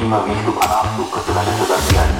Prosím výstup a nástup z stanice Gardiani.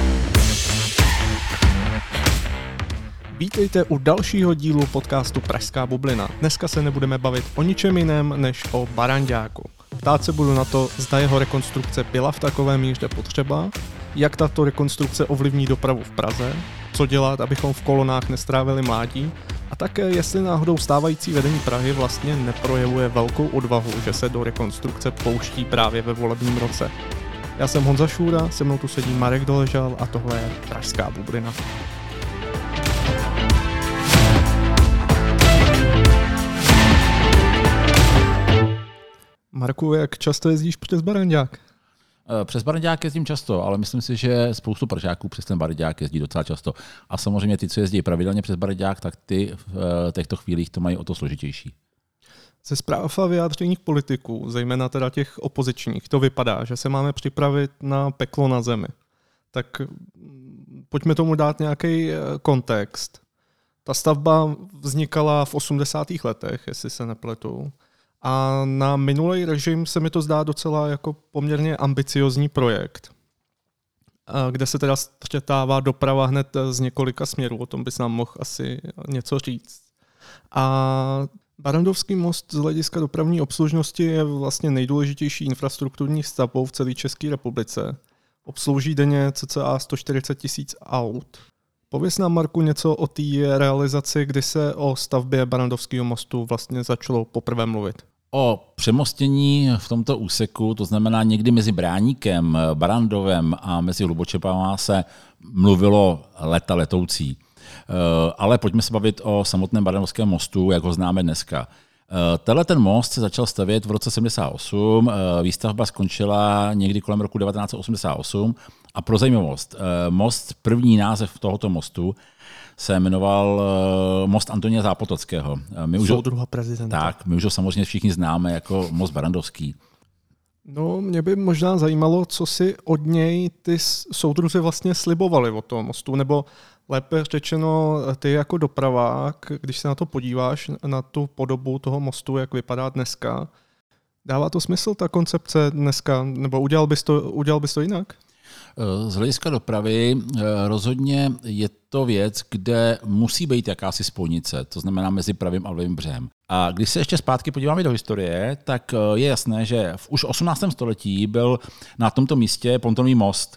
Vítejte u dalšího dílu podcastu Pražská bublina. Dneska se nebudeme bavit o ničem jiném než o Baranďáku. Ptát se budu na to, zda jeho rekonstrukce byla v takové míře potřeba, jak tato rekonstrukce ovlivní dopravu v Praze, co dělat, abychom v kolonách nestrávili mládí, a také jestli náhodou stávající vedení Prahy vlastně neprojevuje velkou odvahu, že se do rekonstrukce pouští právě ve volebním roce. Já jsem Honza Šůra, se mnou tu sedí Marek Doležal a tohle je Pražská bublina. Marku, jak často jezdíš přes Baranďák? Přes Baranďák jezdím často, ale myslím si, že spoustu Pražáků přes ten Baranďák jezdí docela často. A samozřejmě ty, co jezdí pravidelně přes Baranďák, tak ty v těchto chvílích to mají o to složitější. Ze zpráv a vyjádřeních politiků, zejména teda těch opozičních, to vypadá, že se máme připravit na peklo na zemi. Tak pojďme tomu dát nějaký kontext. Ta stavba vznikala v 80. letech, jestli se nepletu. A na minulý režim se mi to zdá docela jako poměrně ambiciozní projekt, kde se teda střetává doprava hned z několika směrů. O tom bys nám mohl asi něco říct. A Barrandovský most z hlediska dopravní obslužnosti je vlastně nejdůležitější infrastrukturní stavbou v celé České republice. Obslouží denně cca 140 000 aut. Pověz nám, Marku, něco o té realizaci, kdy se o stavbě Barrandovského mostu vlastně začalo poprvé mluvit. O přemostění v tomto úseku, to znamená někdy mezi Bráníkem, Barrandovem a mezi Hlubočepama se mluvilo leta letoucí. Ale pojďme se bavit o samotném Barrandovském mostu, jak ho známe dneska. Tenhle ten most se začal stavět v roce 78, výstavba skončila někdy kolem roku 1988 a pro zajímavost, první název tohoto mostu se jmenoval most Antonína Zápotockého. Soudruha prezidenta. Tak, my už ho samozřejmě všichni známe jako most Barrandovský. No, mě by možná zajímalo, co si od něj ty soudruzi vlastně slibovali od toho mostu, nebo lépe řečeno, ty jako dopravák, když se na to podíváš, na tu podobu toho mostu, jak vypadá dneska, dává to smysl, ta koncepce dneska, nebo udělal bys to jinak? Z hlediska dopravy rozhodně je to věc, kde musí být jakási spojnice, to znamená mezi pravým a levým břehem. A když se ještě zpátky podíváme do historie, tak je jasné, že už v 18. století byl na tomto místě pontonový most.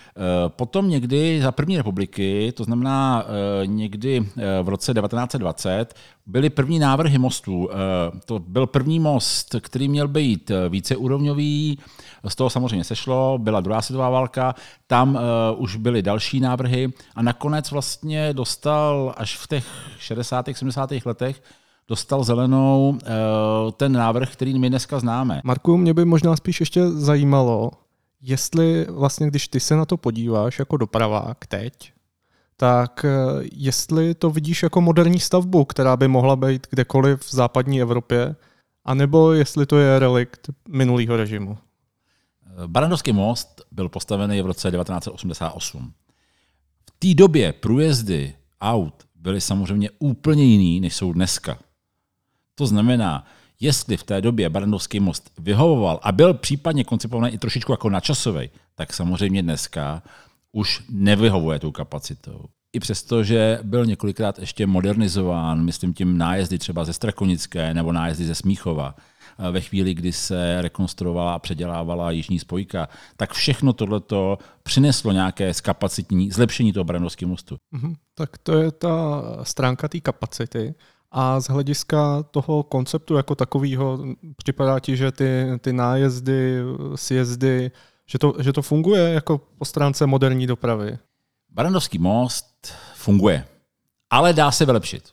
Potom někdy za první republiky, to znamená někdy v roce 1920, byly první návrhy mostů. To byl první most, který měl být víceúrovňový, z toho samozřejmě sešlo, byla druhá světová válka, tam už byly další návrhy a nakonec vlastně dostal až v těch 60. 70. letech dostal zelenou ten návrh, který my dneska známe. Marku, mě by možná spíš ještě zajímalo, jestli vlastně, když ty se na to podíváš jako dopravák teď, tak jestli to vidíš jako moderní stavbu, která by mohla být kdekoliv v západní Evropě, anebo jestli to je relikt minulého režimu. Barrandovský most byl postavený v roce 1988. V té době průjezdy aut byly samozřejmě úplně jiný, než jsou dneska. To znamená, jestli v té době Barrandovský most vyhovoval a byl případně koncipovaný i trošičku jako nadčasový, tak samozřejmě dneska už nevyhovuje tou kapacitou. I přesto, že byl několikrát ještě modernizován, myslím tím nájezdy třeba ze Strakonické nebo nájezdy ze Smíchova, ve chvíli, kdy se rekonstruovala a předělávala jižní spojka, tak všechno tohleto přineslo nějaké zlepšení toho Barrandovského mostu. Tak to je ta stránka té kapacity. A z hlediska toho konceptu jako takového připadá ti, že ty nájezdy, sjezdy, že to funguje jako po stránce moderní dopravy? Barrandovský most funguje, ale dá se vylepšit.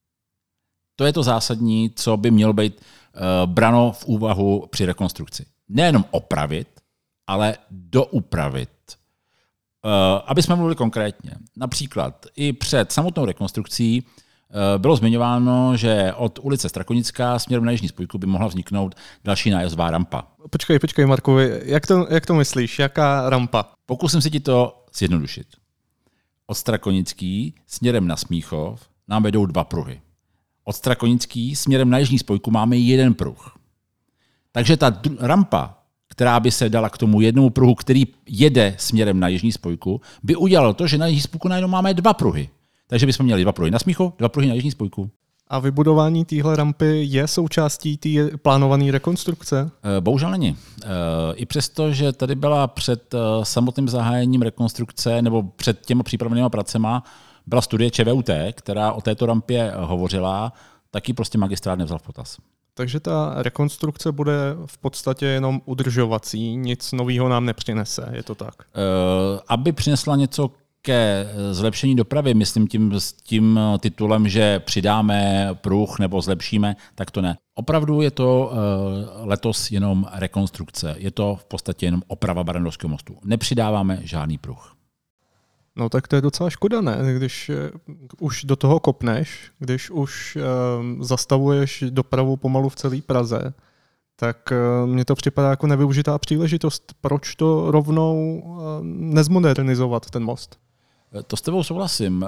To je to zásadní, co by mělo být brano v úvahu při rekonstrukci. Nejenom opravit, ale doupravit. Aby jsme mluvili konkrétně. Například i před samotnou rekonstrukcí bylo zmiňováno, že od ulice Strakonická směrem na jižní spojku by mohla vzniknout další nájezdová rampa. Počkej, Markovi, jak to myslíš? Jaká rampa? Pokusím se ti to zjednodušit. Od Strakonický směrem na Smíchov nám vedou 2 pruhy. Od Strakonický směrem na jižní spojku máme 1 pruh. Takže ta rampa, která by se dala k tomu jednomu pruhu, který jede směrem na jižní spojku, by udělalo to, že na jižní spojku najednou máme 2 pruhy. Takže bychom měli 2 pruhy na Smíchov, 2 pruhy na jižní spojku. A vybudování téhle rampy je součástí té plánované rekonstrukce? Bohužel není. I přesto, že tady byla před samotným zahájením rekonstrukce nebo před těma přípravnými pracema byla studie ČVUT, která o této rampě hovořila, taky prostě magistrát nevzal v potaz. Takže ta rekonstrukce bude v podstatě jenom udržovací, nic nového nám nepřinese, je to tak? Aby přinesla něco ke zlepšení dopravy, myslím tím titulem, že přidáme pruh nebo zlepšíme, tak to ne. Opravdu je to letos jenom rekonstrukce. Je to v podstatě jenom oprava Barrandovského mostu. Nepřidáváme žádný pruh. No tak to je docela škoda, ne? Když už do toho kopneš, když už zastavuješ dopravu pomalu v celé Praze, tak mně to připadá jako nevyužitá příležitost. Proč to rovnou nezmodernizovat, ten most? To s tebou souhlasím.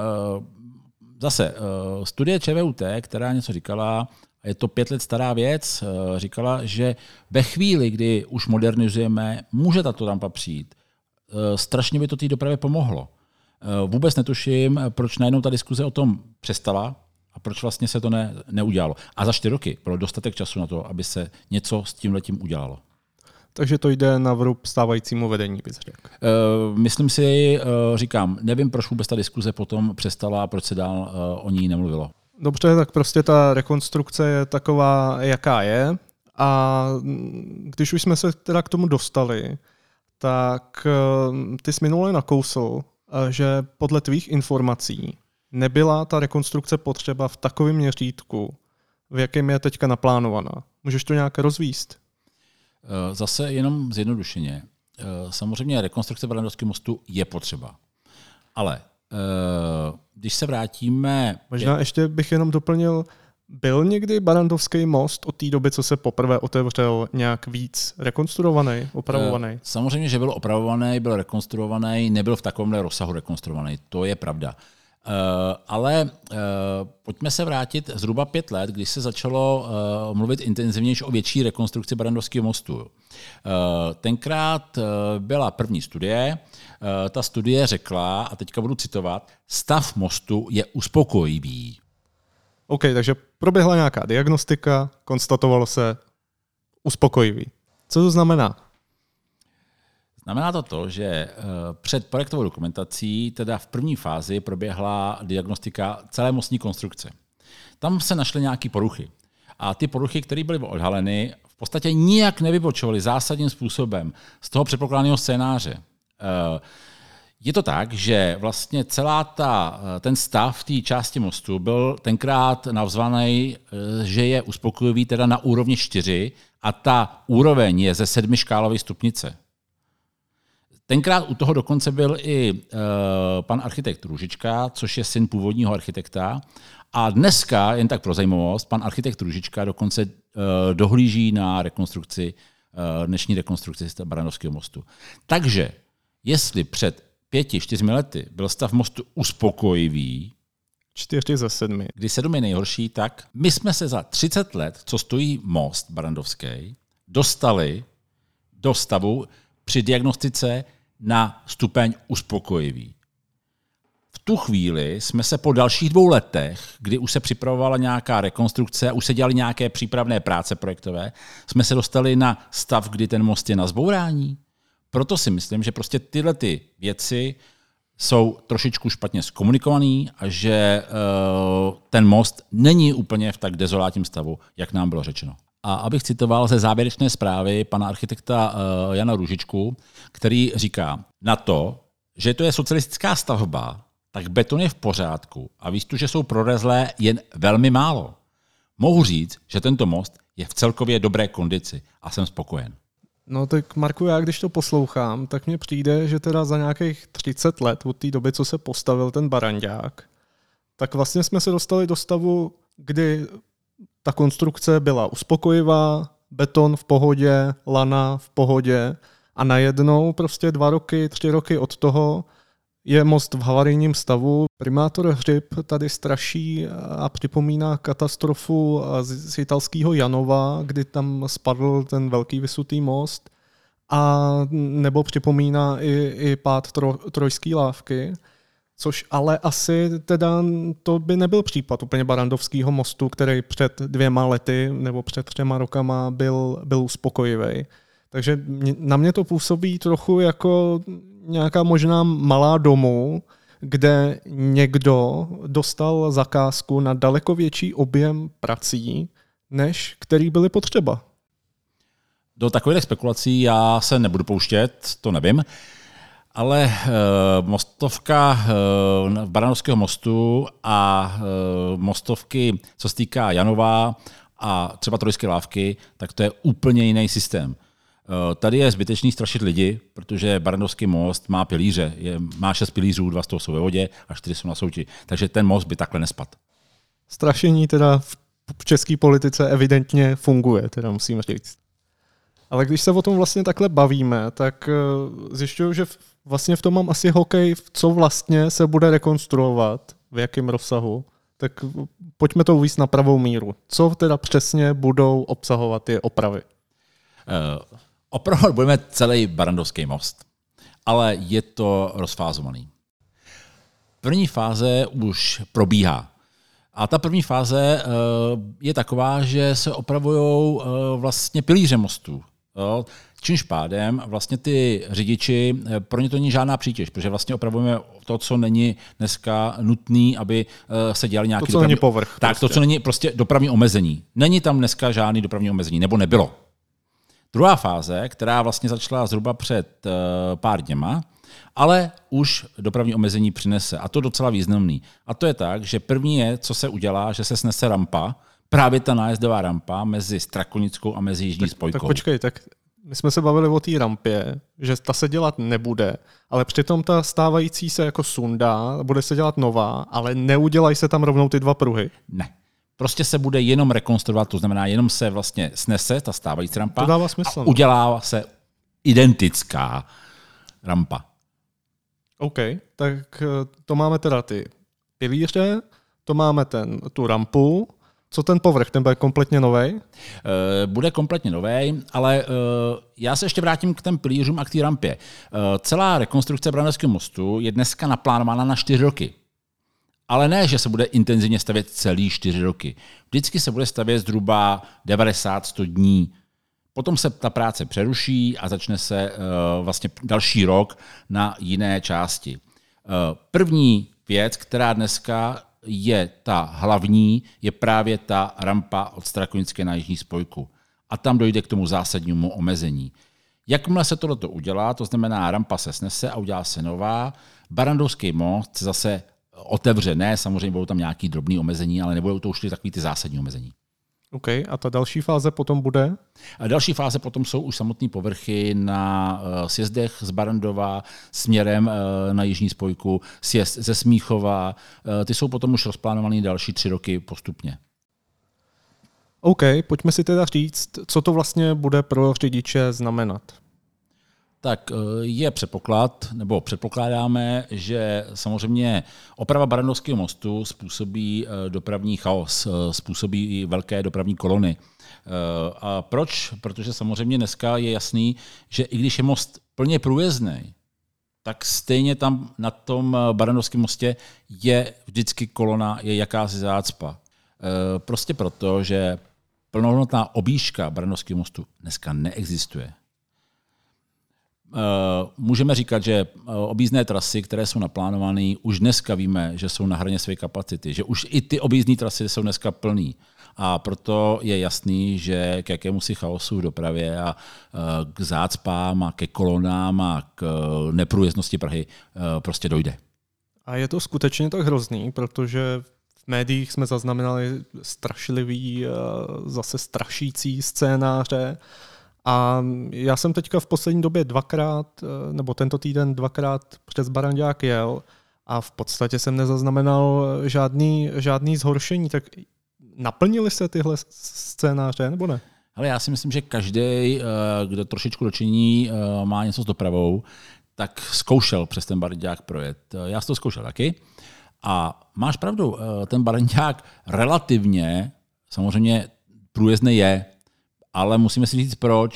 Zase studie ČVUT, která něco říkala, je to 5 let stará věc, říkala, že ve chvíli, kdy už modernizujeme, může tato rampa přijít. Strašně by to té dopravě pomohlo. Vůbec netuším, proč najednou ta diskuze o tom přestala a proč vlastně se to neudělalo. A za 4 roky bylo dostatek času na to, aby se něco s tímhletím udělalo. Takže to jde na vrub stávajícímu vedení, bys řekl. Myslím si, říkám, nevím, proč vůbec ta diskuze potom přestala a proč se dál o ní nemluvilo. Dobře, tak prostě ta rekonstrukce je taková, jaká je. A když už jsme se teda k tomu dostali, tak ty jsi minule nakousl, že podle tvých informací nebyla ta rekonstrukce potřeba v takovém měřítku, v jakém je teďka naplánovaná. Můžeš to nějak rozvíst? Zase jenom zjednodušeně. Samozřejmě rekonstrukce Barrandovského mostu je potřeba. Ale když se vrátíme... Možná ještě bych jenom doplnil, byl někdy Barrandovský most od té doby, co se poprvé otevřel, nějak víc rekonstruovaný, opravovaný? Samozřejmě, že byl opravovaný, byl rekonstruovaný, nebyl v takovémhle rozsahu rekonstruovaný, to je pravda. Ale pojďme se vrátit zhruba 5 let, když se začalo mluvit intenzivněji o větší rekonstrukci Barrandovského mostu. Tenkrát byla první studie, ta studie řekla, a teďka budu citovat, stav mostu je uspokojivý. OK, takže proběhla nějaká diagnostika, konstatovalo se uspokojivý. Co to znamená? Znamená to, že před projektovou dokumentací, teda v první fázi, proběhla diagnostika celé mostní konstrukce. Tam se našly nějaké poruchy. A ty poruchy, které byly odhaleny, v podstatě nijak nevybočovaly zásadním způsobem z toho předpokládaného scénáře. Je to tak, že vlastně ten stav té části mostu byl tenkrát nazvaný, že je uspokojivý teda na úrovni 4 a ta úroveň je ze 7 škálové stupnice. Tenkrát u toho dokonce byl i pan architekt Růžička, což je syn původního architekta. A dneska, jen tak pro zajímavost, pan architekt Růžička dokonce dohlíží na dnešní rekonstrukci Barrandovského mostu. Takže, jestli před 5-4 lety byl stav mostu uspokojivý, 4 ze 7. Kdy 7 je nejhorší, tak my jsme se za 30 let, co stojí most Barrandovský, dostali do stavu při diagnostice na stupeň uspokojivý. V tu chvíli jsme se po dalších 2 letech, kdy už se připravovala nějaká rekonstrukce, už se dělaly nějaké přípravné práce projektové, jsme se dostali na stav, kdy ten most je na zbourání. Proto si myslím, že prostě tyhle ty věci jsou trošičku špatně zkomunikovaný a že ten most není úplně v tak dezolátním stavu, jak nám bylo řečeno. A abych citoval ze závěrečné zprávy pana architekta Jana Růžičku, který říká, na to, že to je socialistická stavba, tak beton je v pořádku a výstuže jsou prorezlé jen velmi málo. Mohu říct, že tento most je v celkově dobré kondici a jsem spokojen. No tak Marku, já když to poslouchám, tak mně přijde, že teda za nějakých 30 let od té doby, co se postavil ten Barandák, tak vlastně jsme se dostali do stavu, kdy ta konstrukce byla uspokojivá, beton v pohodě, lana v pohodě a najednou prostě 2 roky, 3 roky od toho je most v havarijním stavu. Primátor Hřib tady straší a připomíná katastrofu z italského Janova, kdy tam spadl ten velký visutý most a nebo připomíná i pád Trojské lávky, což ale asi teda to by nebyl případ úplně Barrandovského mostu, který před 2 lety nebo před 3 rokama byl uspokojivý. Takže na mě to působí trochu jako nějaká možná malá domů, kde někdo dostal zakázku na daleko větší objem prací, než který byly potřeba. Do takových spekulací já se nebudu pouštět, to nevím, ale mostovka Barrandovského mostu a mostovky, co se týká Janova a třeba Trojské lávky, tak to je úplně jiný systém. Tady je zbytečný strašit lidi, protože Barrandovský most má pilíře. Má 6 pilířů, 2 z toho jsou ve vodě a 4 jsou na souti. Takže ten most by takhle nespadl. Strašení teda v české politice evidentně funguje, teda musím říct. Ale když se o tom vlastně takhle bavíme, tak zjišťuju, že vlastně v tom mám asi hokej, co vlastně se bude rekonstruovat, v jakém rozsahu. Tak pojďme to uvést na pravou míru. Co teda přesně budou obsahovat ty opravy? Opravovat budeme celý Barrandovský most, ale je to rozfázovaný. První fáze už probíhá. A ta první fáze je taková, že se opravují vlastně pilíře mostů. Čímž pádem vlastně ty řidiči, pro ně to není žádná přítěž, protože vlastně opravujeme to, co není dneska nutné, aby se dělali nějaké dopravní... není povrch. Tak, prostě. To, co není prostě dopravní omezení. Není tam dneska žádný dopravní omezení, nebo nebylo. Druhá fáze, která vlastně začala zhruba před pár dněma, ale už dopravní omezení přinese. A to docela významný. A to je tak, že první je, co se udělá, že se snese rampa, právě ta nájezdová rampa mezi Strakonickou a mezi Jižní spojkou. Tak počkej, tak my jsme se bavili o té rampě, že ta se dělat nebude, ale přitom ta stávající se jako sundá, bude se dělat nová, ale neudělají se tam rovnou ty 2 pruhy. Ne. Prostě se bude jenom rekonstruovat, to znamená, jenom se vlastně snese ta stávající rampa to dává smysl, a udělá se identická rampa. OK, tak to máme teda ty pilíře, to máme tu rampu. Co ten povrch, ten bude kompletně novej? Bude kompletně novej, ale já se ještě vrátím k těm pilířům a k té rampě. Celá rekonstrukce Barrandovského mostu je dneska naplánována na 4 roky. Ale ne, že se bude intenzivně stavět celý 4 roky. Vždycky se bude stavět zhruba 90-100 dní. Potom se ta práce přeruší a začne se vlastně další rok na jiné části. První věc, která dneska je ta hlavní, je právě ta rampa od Strakonické na Jižní spojku. A tam dojde k tomu zásadnímu omezení. Jakmile se tohleto udělá, to znamená rampa se snese a udělá se nová, Barrandovský most se zase otevře. Ne, samozřejmě budou tam nějaké drobné omezení, ale nebudou to už takový ty zásadní omezení. OK, a ta další fáze potom bude? A další fáze potom jsou už samotné povrchy na sjezdech z Barrandova směrem na Jižní spojku, sjezd ze Smíchova. Ty jsou potom už rozplánované další 3 roky postupně. OK, pojďme si teda říct, co to vlastně bude pro řidiče znamenat. Tak je předpoklad, nebo předpokládáme, že samozřejmě oprava Barrandovského mostu způsobí dopravní chaos, způsobí i velké dopravní kolony. A proč? Protože samozřejmě dneska je jasný, že i když je most plně průjezdný, tak stejně tam na tom Barrandovském mostě je vždycky kolona, je jakási zácpa. Prostě proto, že plnohodnotná objížďka Barrandovského mostu dneska neexistuje. Můžeme říkat, že objízdné trasy, které jsou naplánované, už dneska víme, že jsou na hraně své kapacity, že už i ty objízdné trasy jsou dneska plný. A proto je jasný, že k jakémusi chaosu v dopravě a k zácpám a ke kolonám a k neprůjezdnosti Prahy prostě dojde. A je to skutečně tak hrozný, protože v médiích jsme zaznamenali strašlivý, zase strašící scénáře. A já jsem teďka v poslední době 2krát, nebo tento týden 2krát přes Barandák jel a v podstatě jsem nezaznamenal žádný zhoršení. Tak naplnily se tyhle scénáře, nebo ne? Ale já si myslím, že každý, kdo trošičku dočiní, má něco s dopravou, tak zkoušel přes ten Barandák projet. Já jsem to zkoušel taky. A máš pravdu, ten Barandák relativně samozřejmě průjezdný je, ale musíme si říct proč.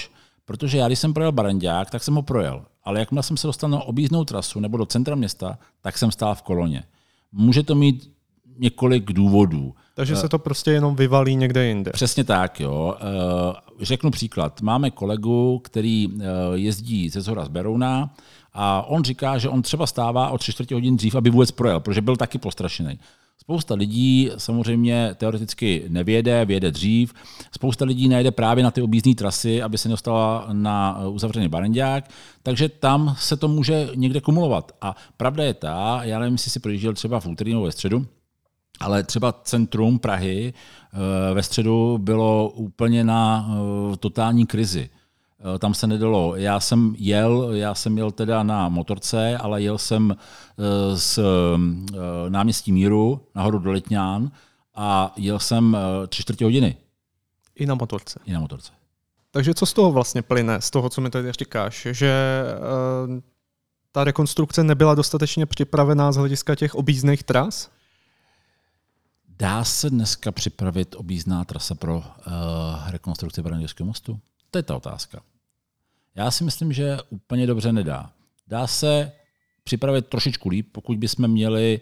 Protože já, když jsem projel Barandák, tak jsem ho projel. Ale jakmile jsem se dostal na objízdnou trasu nebo do centra města, tak jsem stál v koloně. Může to mít několik důvodů. Takže se to prostě jenom vyvalí někde jinde. Přesně tak, jo. Řeknu příklad. Máme kolegu, který jezdí ze Zhora z Berouna a on říká, že on třeba stává o 3/4 hodin dřív, aby vůbec projel, protože byl taky postrašený. Spousta lidí samozřejmě teoreticky vyjede dřív. Spousta lidí najde právě na ty objízdné trasy, aby se nedostala na uzavřený Barandák, takže tam se to může někde kumulovat. A pravda je ta, já nevím, jestli si projížděl třeba v úterý nebo ve středu, ale třeba centrum Prahy ve středu bylo úplně na totální krizi. Tam se nedalo. Já jsem jel teda na motorce, ale jel jsem z náměstí Míru nahoru do Letňán a jel jsem 3/4 hodiny. I na motorce. I na motorce. Takže co z toho vlastně plyne, z toho, co mi tady říkáš, že ta rekonstrukce nebyla dostatečně připravená z hlediska těch objízdných tras? Dá se dneska připravit objízdná trasa pro rekonstrukci Barandovského mostu? To je ta otázka. Já si myslím, že úplně dobře nedá. Dá se připravit trošičku líp, pokud bychom měli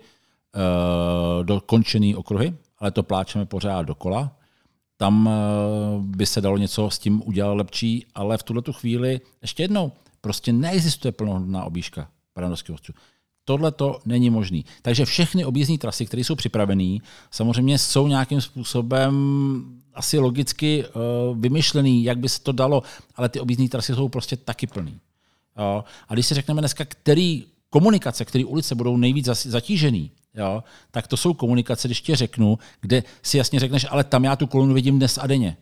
dokončený okruhy, ale to pláčeme pořád dokola. Tam by se dalo něco s tím udělat lepší, ale v tuhletu chvíli, ještě jednou, prostě neexistuje plnohodnotná objížďka Barandovského mostu. Tohle to není možný. Takže všechny objízdní trasy, které jsou připravené, samozřejmě jsou nějakým způsobem asi logicky vymyšlený, jak by se to dalo, ale ty objízdní trasy jsou prostě taky plný. Jo? A když si řekneme dneska, který komunikace, které ulice budou nejvíc zatížený, jo? Tak to jsou komunikace, když tě řeknu, kde si jasně řekneš, ale tam já tu kolonu vidím dnes a denně.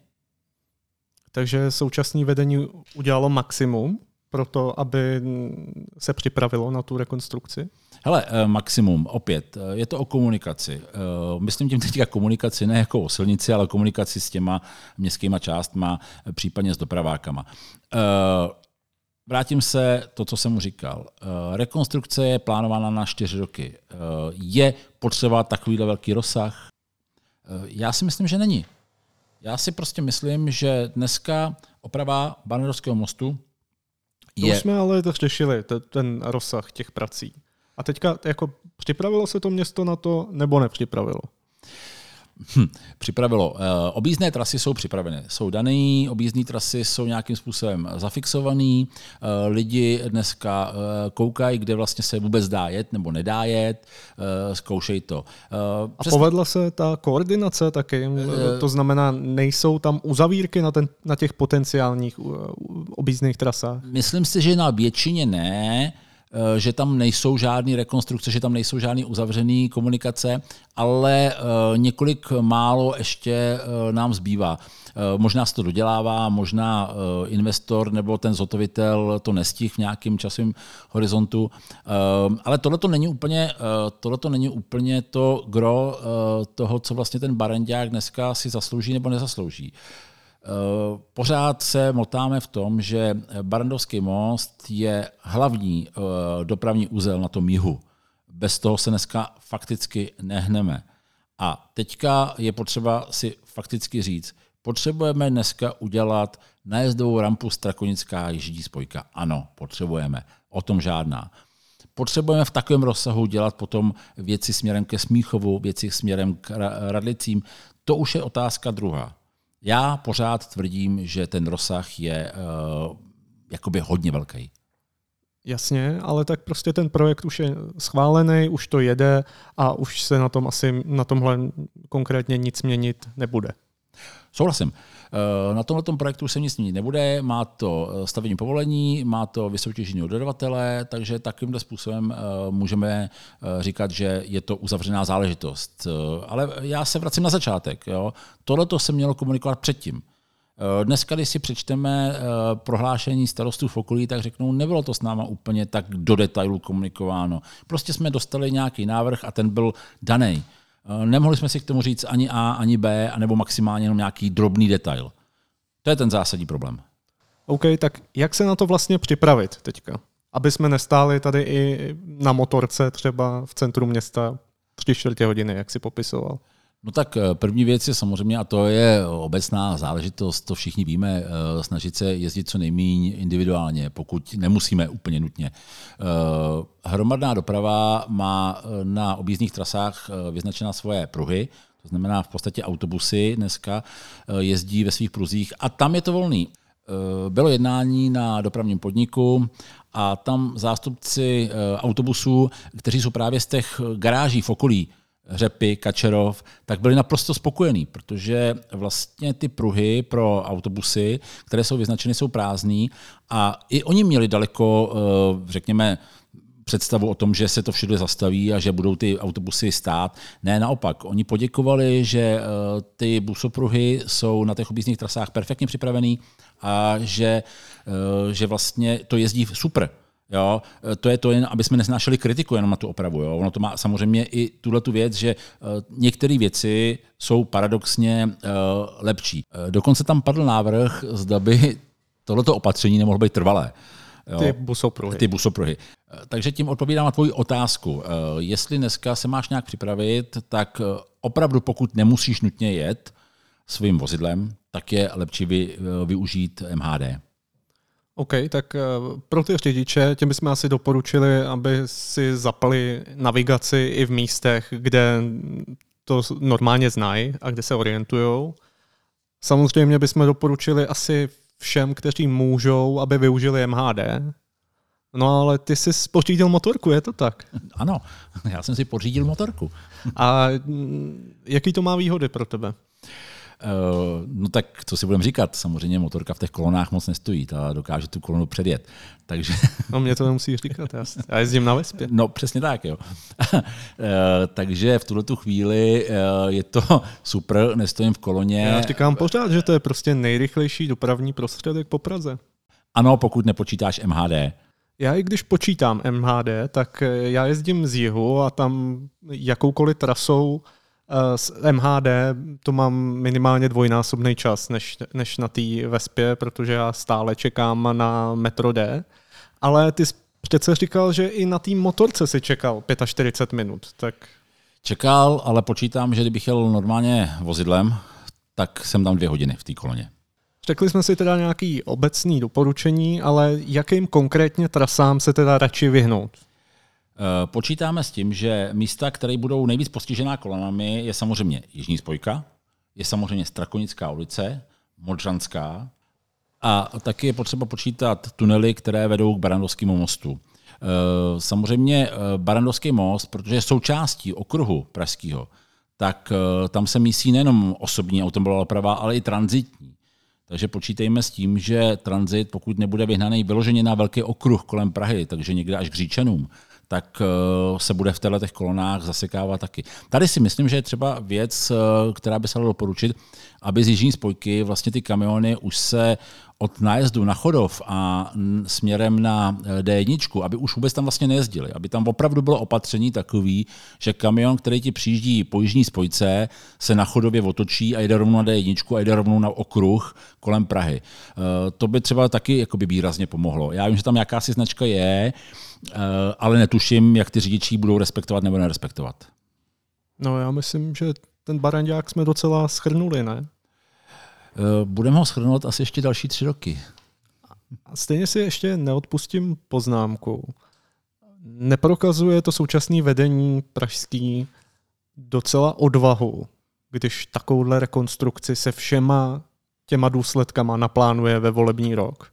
Takže současné vedení udělalo maximum pro to, aby se připravilo na tu rekonstrukci? Hele, maximum, opět, je to o komunikaci. Myslím tím teďka komunikaci ne jako o silnici, ale komunikaci s těma městskýma částma, případně s dopravákama. Vrátím se to, co jsem mu říkal. Rekonstrukce je plánována na 4 roky. Je potřeba takovýhle velký rozsah? Já si myslím, že není. Já si prostě myslím, že dneska oprava Barandovského mostu to už jsme ale řešili, ten rozsah těch prací. A teďka jako připravilo se to město na to, nebo nepřipravilo? Připravilo. Objízdné trasy jsou připravené. Jsou dané, objízdné trasy jsou nějakým způsobem zafixované. Lidi dneska koukají, kde vlastně se vůbec dá jet nebo nedá jet. Zkoušejí to. A povedla se ta koordinace taky? To znamená, nejsou tam uzavírky na těch potenciálních objízdných trasách? Myslím si, že na většině ne, že tam nejsou žádné rekonstrukce, že tam nejsou žádné uzavřené komunikace, ale několik málo ještě nám zbývá. Možná se to dodělává, možná investor nebo ten zhotovitel to nestihl v nějakém časovém horizontu, ale tohle to není úplně to gro toho, co vlastně ten Barandák dneska si zaslouží nebo nezaslouží. Pořád se motáme v tom, že Barandovský most je hlavní dopravní uzel na tom jihu. Bez toho se dneska fakticky nehneme. A teďka je potřeba si fakticky říct, potřebujeme dneska udělat nájezdovou rampu Strakonická jižní spojka. Ano, potřebujeme. O tom žádná. Potřebujeme v takovém rozsahu dělat potom věci směrem ke Smíchovu, věci směrem k Radlicím. To už je otázka druhá. Já pořád tvrdím, že ten rozsah je jakoby hodně velký. Jasně, ale tak prostě ten projekt už je schválený, už to jede a už se na tom asi na tomhle konkrétně nic měnit nebude. Souhlasím. Na tomhle projektu už se nic měnit nebude, má to stavební povolení, má to vysoutěženého dodavatele, takže takovýmhle způsobem můžeme říkat, že je to uzavřená záležitost. Ale já se vracím na začátek. Tohleto se mělo komunikovat předtím. Dneska, když si přečteme prohlášení starostů v okolí, tak řeknou, nebylo to s náma úplně tak do detailu komunikováno. Prostě jsme dostali nějaký návrh a ten byl daný. Nemohli jsme si k tomu říct ani A, ani B, anebo maximálně jenom nějaký drobný detail. To je ten zásadní problém. OK, tak jak se na to vlastně připravit teďka? Aby jsme nestáli tady i na motorce třeba v centru města 3/4 hodiny, jak si popisoval. No tak první věc je samozřejmě, a to je obecná záležitost, to všichni víme, snažit se jezdit co nejméně individuálně, pokud nemusíme úplně nutně. Hromadná doprava má na objízdných trasách vyznačená svoje pruhy, to znamená v podstatě autobusy dneska jezdí ve svých pruzích a tam je to volný. Bylo jednání na dopravním podniku a tam zástupci autobusů, kteří jsou právě z těch garáží v okolí Řepy, Kačerov, tak byli naprosto spokojení, protože vlastně ty pruhy pro autobusy, které jsou vyznačeny, jsou prázdný a i oni měli daleko, řekněme, představu o tom, že se to všude zastaví a že budou ty autobusy stát. Ne, naopak. Oni poděkovali, že ty busopruhy jsou na těch objízdných trasách perfektně připravený a že vlastně to jezdí super. Jo, to je to jen, aby jsme nesnášeli kritiku jenom na tu opravu. Jo. Ono to má samozřejmě i tuhletu věc, že některé věci jsou paradoxně lepší. Dokonce tam padl návrh, zda by tohleto opatření nemohlo být trvalé. Jo. Ty busopruhy. Takže tím odpovídám na tvoji otázku. Jestli dneska se máš nějak připravit, tak opravdu pokud nemusíš nutně jet svým vozidlem, tak je lepší využít MHD. OK, tak pro ty řidiče těm bychom asi doporučili, aby si zapali navigaci i v místech, kde to normálně znají a kde se orientujou. Samozřejmě bychom doporučili asi všem, kteří můžou, aby využili MHD. No ale ty jsi pořídil motorku, je to tak? Ano, já jsem si pořídil motorku. A jaký to má výhody pro tebe? No tak, co si budeme říkat, samozřejmě motorka v těch kolonách moc nestojí, ta dokáže tu kolonu předjet. Takže... No mě to nemusí říkat, já jezdím na Vespě. No přesně tak, jo. Takže v tuhletu chvíli je to super, nestojím v koloně. Já říkám pořád, že to je prostě nejrychlejší dopravní prostředek po Praze. Ano, pokud nepočítáš MHD. Já i když počítám MHD, tak já jezdím z jihu a tam jakoukoliv trasou s MHD to mám minimálně dvojnásobný čas než na té Vespě, protože já stále čekám na metro D. Ale ty jsi přece říkal, že i na té motorce si čekal 45 minut. Tak... Čekal, ale počítám, že kdybych jel normálně vozidlem, tak jsem tam 2 hodiny v té koloně. Řekli jsme si teda nějaký obecný doporučení, ale jakým konkrétně trasám se teda radši vyhnout? Počítáme s tím, že místa, které budou nejvíc postižená kolonami, je samozřejmě Jižní spojka, je samozřejmě Strakonická ulice, Modřanská a taky je potřeba počítat tunely, které vedou k Barrandovskému mostu. Samozřejmě Barrandovský most, protože je součástí okruhu pražského, tak tam se mísí nejenom osobní automobilová doprava, ale i tranzitní. Takže počítejme s tím, že tranzit, pokud nebude vyhnaný vyloženě na velký okruh kolem Prahy, takže někde až k Říčanům, tak se bude v těchto kolonách zasekávat taky. Tady si myslím, že je třeba věc, která by se dala doporučit, aby z jižní spojky vlastně ty kamiony už se od nájezdu na Chodov a směrem na D1, aby už vůbec tam vlastně nejezdili. Aby tam opravdu bylo opatření takový, že kamion, který ti přijíždí po jižní spojce, se na Chodově otočí a jde rovnou na D1 a jde rovnou na okruh kolem Prahy. To by třeba taky jakoby výrazně pomohlo. Já vím, že tam jakási značka je, ale netuším, jak ty řidiči budou respektovat nebo nerespektovat. No já myslím, že ten Barandák jsme docela shrnuli, ne? Budeme ho shrnout asi ještě další 3 roky. A stejně si ještě neodpustím poznámku. Neprokazuje to současné vedení pražský docela odvahu, když takovouhle rekonstrukci se všema těma důsledkama naplánuje ve volební rok?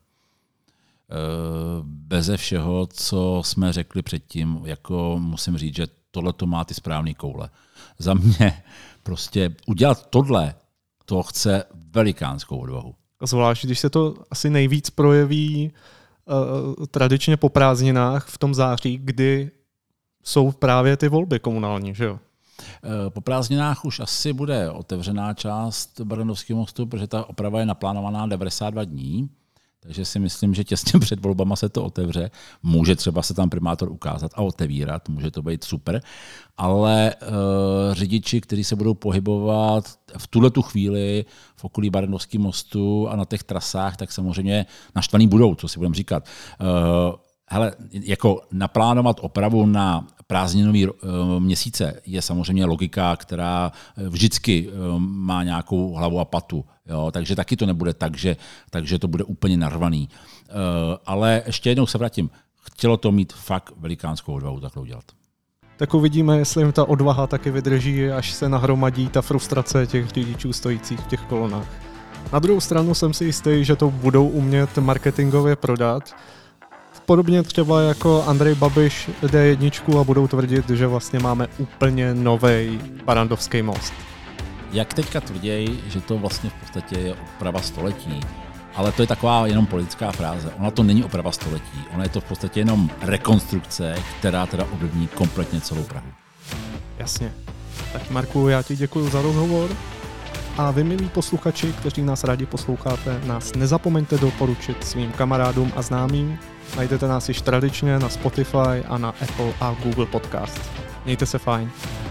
Beze všeho, co jsme řekli předtím, jako musím říct, že tohle to má ty správné koule. Za mě prostě udělat tohle, to chce velikánskou odvahu. Zvlášť, když se to asi nejvíc projeví tradičně po prázdninách v tom září, kdy jsou právě ty volby komunální, že jo? Po prázdninách už asi bude otevřená část Barrandovského mostu, protože ta oprava je naplánovaná 92 dní. Takže si myslím, že těsně před volbama se to otevře. Může třeba se tam primátor ukázat a otevírat, může to být super, ale řidiči, kteří se budou pohybovat v tuhletu chvíli v okolí Barrandovského mostu a na těch trasách, tak samozřejmě naštvaný budou, co si budeme říkat. Hele, jako naplánovat opravu na prázdninový měsíce je samozřejmě logika, která vždycky má nějakou hlavu a patu. Jo? Takže taky to nebude tak, že to bude úplně narvaný. Ale ještě jednou se vrátím. Chtělo to mít fakt velikánskou odvahu takhle udělat. Tak uvidíme, jestli jim ta odvaha taky vydrží, až se nahromadí ta frustrace těch řidičů stojících v těch kolonách. Na druhou stranu jsem si jistý, že to budou umět marketingově prodat. Podobně třeba jako Andrej Babiš D1 a budou tvrdit, že vlastně máme úplně novej Barrandovský most. Jak teďka tvrději, že to vlastně v podstatě je oprava století, ale to je taková jenom politická fráze. Ona to není oprava století, ona je to v podstatě jenom rekonstrukce, která teda ovlivní kompletně celou Prahu. Jasně. Tak Marku, já ti děkuji za rozhovor. A vy, milí posluchači, kteří nás rádi posloucháte, nás nezapomeňte doporučit svým kamarádům a známým. Najdete nás již tradičně na Spotify a na Apple a Google Podcast. Mějte se fajn.